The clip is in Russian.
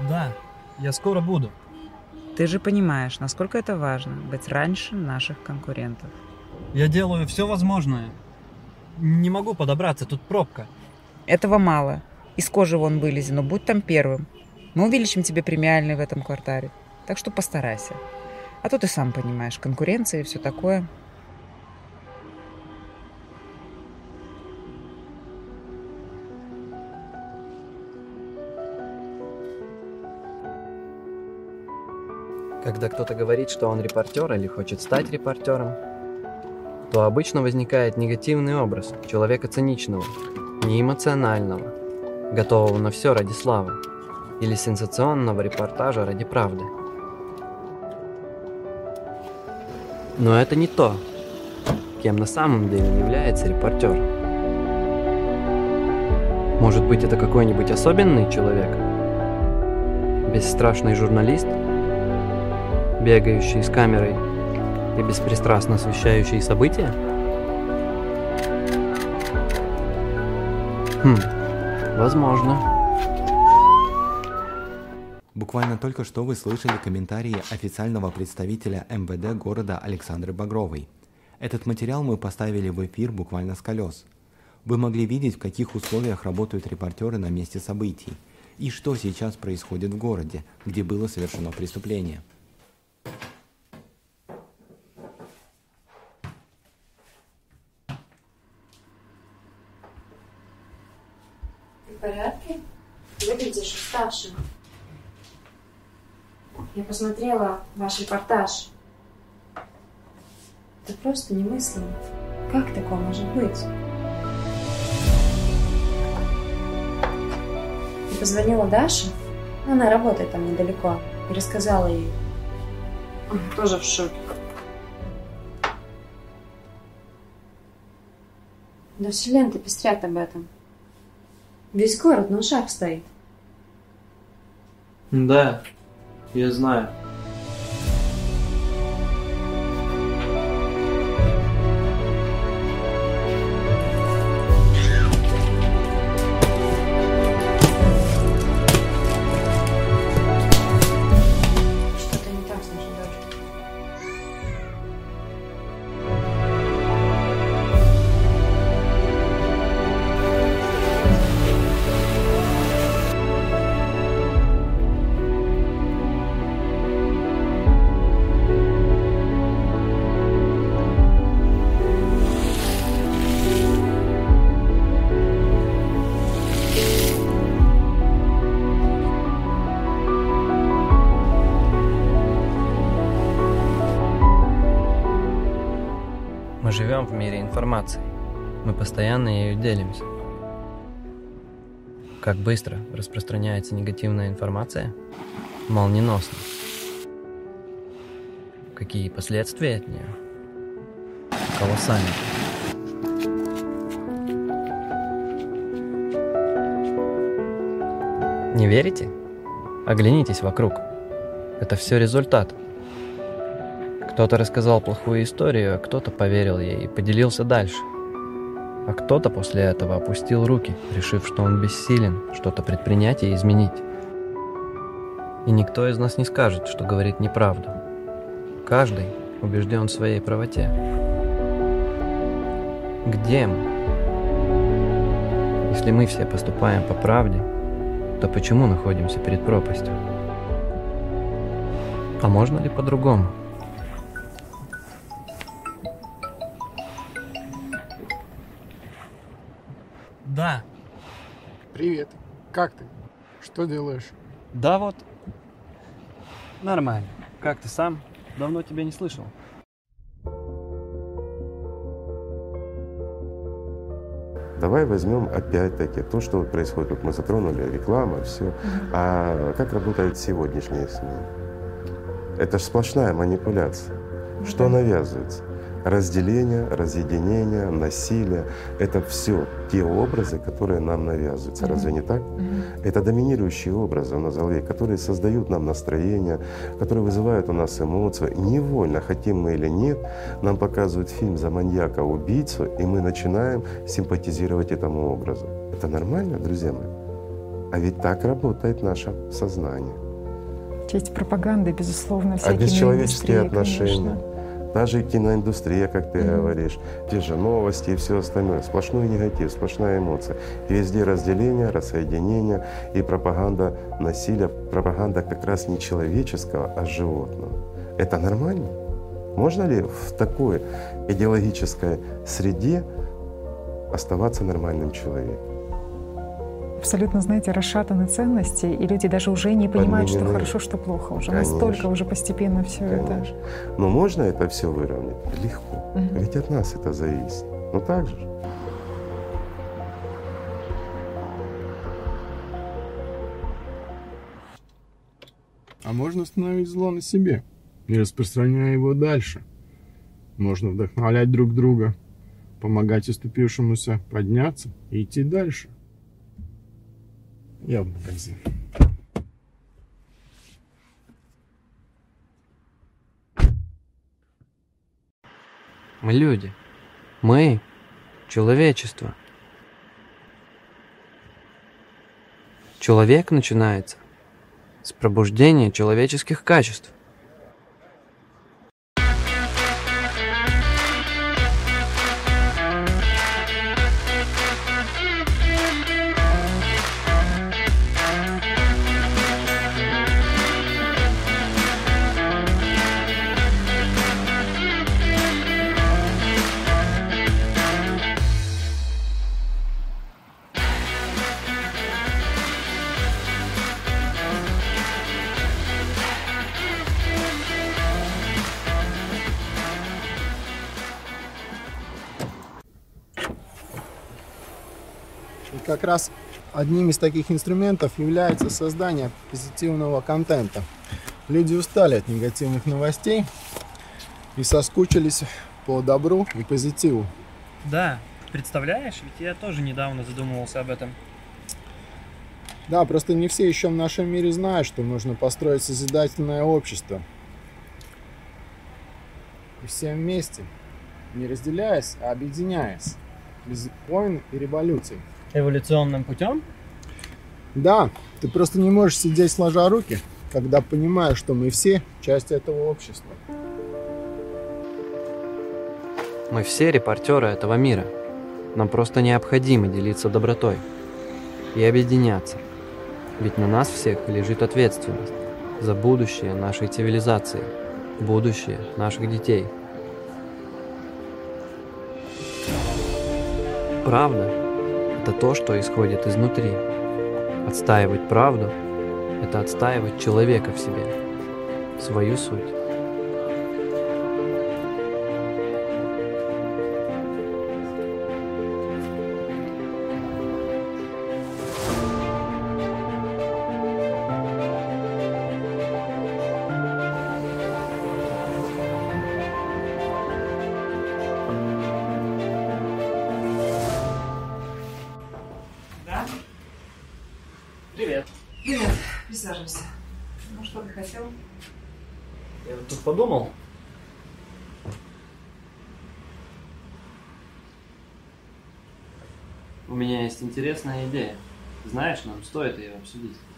Да, я скоро буду. Ты же понимаешь, насколько это важно — быть раньше наших конкурентов. Я делаю все возможное. Не могу подобраться, тут пробка. Этого мало. Из кожи вон вылези, но будь там первым. Мы увеличим тебе премиальный в этом квартале. Так что постарайся. А то ты сам понимаешь, конкуренция и все такое. Когда кто-то говорит, что он репортер или хочет стать репортером, то обычно возникает негативный образ человека циничного, неэмоционального, готового на все ради славы, или сенсационного репортажа ради правды. Но это не то, кем на самом деле является репортер. Может быть, это какой-нибудь особенный человек? Бесстрашный журналист, бегающий с камерой и беспристрастно освещающий события? Возможно. Буквально только что вы слышали комментарии официального представителя МВД города Александры Багровой. Этот материал мы поставили в эфир буквально с колес. Вы могли видеть, в каких условиях работают репортеры на месте событий и что сейчас происходит в городе, где было совершено преступление. Ты в порядке? Выглядишь уставшим. Я посмотрела ваш репортаж. Это просто немыслимо. Как такое может быть? Я позвонила Даше, она работает там недалеко, и рассказала ей. Она тоже в шоке. Да все ленты пестрят об этом. Весь город на ушах стоит. Да, я знаю. Что-то не так с нашей дочкой. Мы живем в мире информации. Мы постоянно ею делимся. Как быстро распространяется негативная информация? Молниеносно. Какие последствия от нее? Колоссальные. Не верите? Оглянитесь вокруг. Это все результат. Кто-то рассказал плохую историю, а кто-то поверил ей и поделился дальше. А кто-то после этого опустил руки, решив, что он бессилен что-то предпринять и изменить. И никто из нас не скажет, что говорит неправду. Каждый убежден в своей правоте. Где мы? Если мы все поступаем по правде, то почему находимся перед пропастью? А можно ли по-другому? Да. Привет. Как ты? Что делаешь? Да вот. Нормально. Как ты сам? Давно тебя не слышал. Давай возьмем опять-таки то, что вот происходит. Вот мы затронули реклама, все. А как работают сегодняшние СМИ? Это же сплошная манипуляция. Что навязывается? Разделение, разъединение, насилие — это все те образы, которые нам навязываются. Разве не так? Это доминирующие образы у нас в голове, которые создают нам настроение, которые вызывают у нас эмоции. Невольно, хотим мы или нет, нам показывают фильм за маньяка-убийцу, и мы начинаем симпатизировать этому образу. Это нормально, друзья мои? А ведь так работает наше сознание. Часть пропаганды, безусловно, А всякие бесчеловеческие индустрии, отношения, конечно. даже и киноиндустрия, как ты говоришь, те же новости и все остальное, сплошной негатив, сплошная эмоция. И везде разделение, рассоединение и пропаганда насилия, пропаганда как раз не человеческого, а животного. Это нормально? Можно ли в такой идеологической среде оставаться нормальным человеком? Абсолютно, знаете, расшатаны ценности, и люди даже уже не понимают, что Подменены. хорошо, что плохо. Уже Конечно. настолько уже постепенно все это. Конечно. Но можно это все выровнять? Легко. Мгм. Ведь от нас это зависит. Ну так же. А можно остановить зло на себе, не распространяя его дальше. Можно вдохновлять друг друга, помогать уступившемуся подняться и идти дальше. Я в магазин. Мы люди. Мы — человечество. Человек начинается с пробуждения человеческих качеств. И как раз одним из таких инструментов является создание позитивного контента. Люди устали от негативных новостей и соскучились по добру и позитиву. Да, представляешь, ведь я тоже недавно задумывался об этом. Да, просто не все еще в нашем мире знают, что нужно построить созидательное общество. И все вместе, не разделяясь, а объединяясь, без войн и революций. Эволюционным путем? Да, ты просто не можешь сидеть сложа руки, когда понимаешь, что мы все часть этого общества. Мы все репортеры этого мира. Нам просто необходимо делиться добротой и объединяться. Ведь на нас всех лежит ответственность за будущее нашей цивилизации, будущее наших детей. Правда — это то, что исходит изнутри. Отстаивать правду — это отстаивать человека в себе, свою суть. Да? Привет. Привет, присаживайся. Ну, что ты хотел? Я вот тут подумал. У меня есть интересная идея. Знаешь, нам стоит ее обсудить.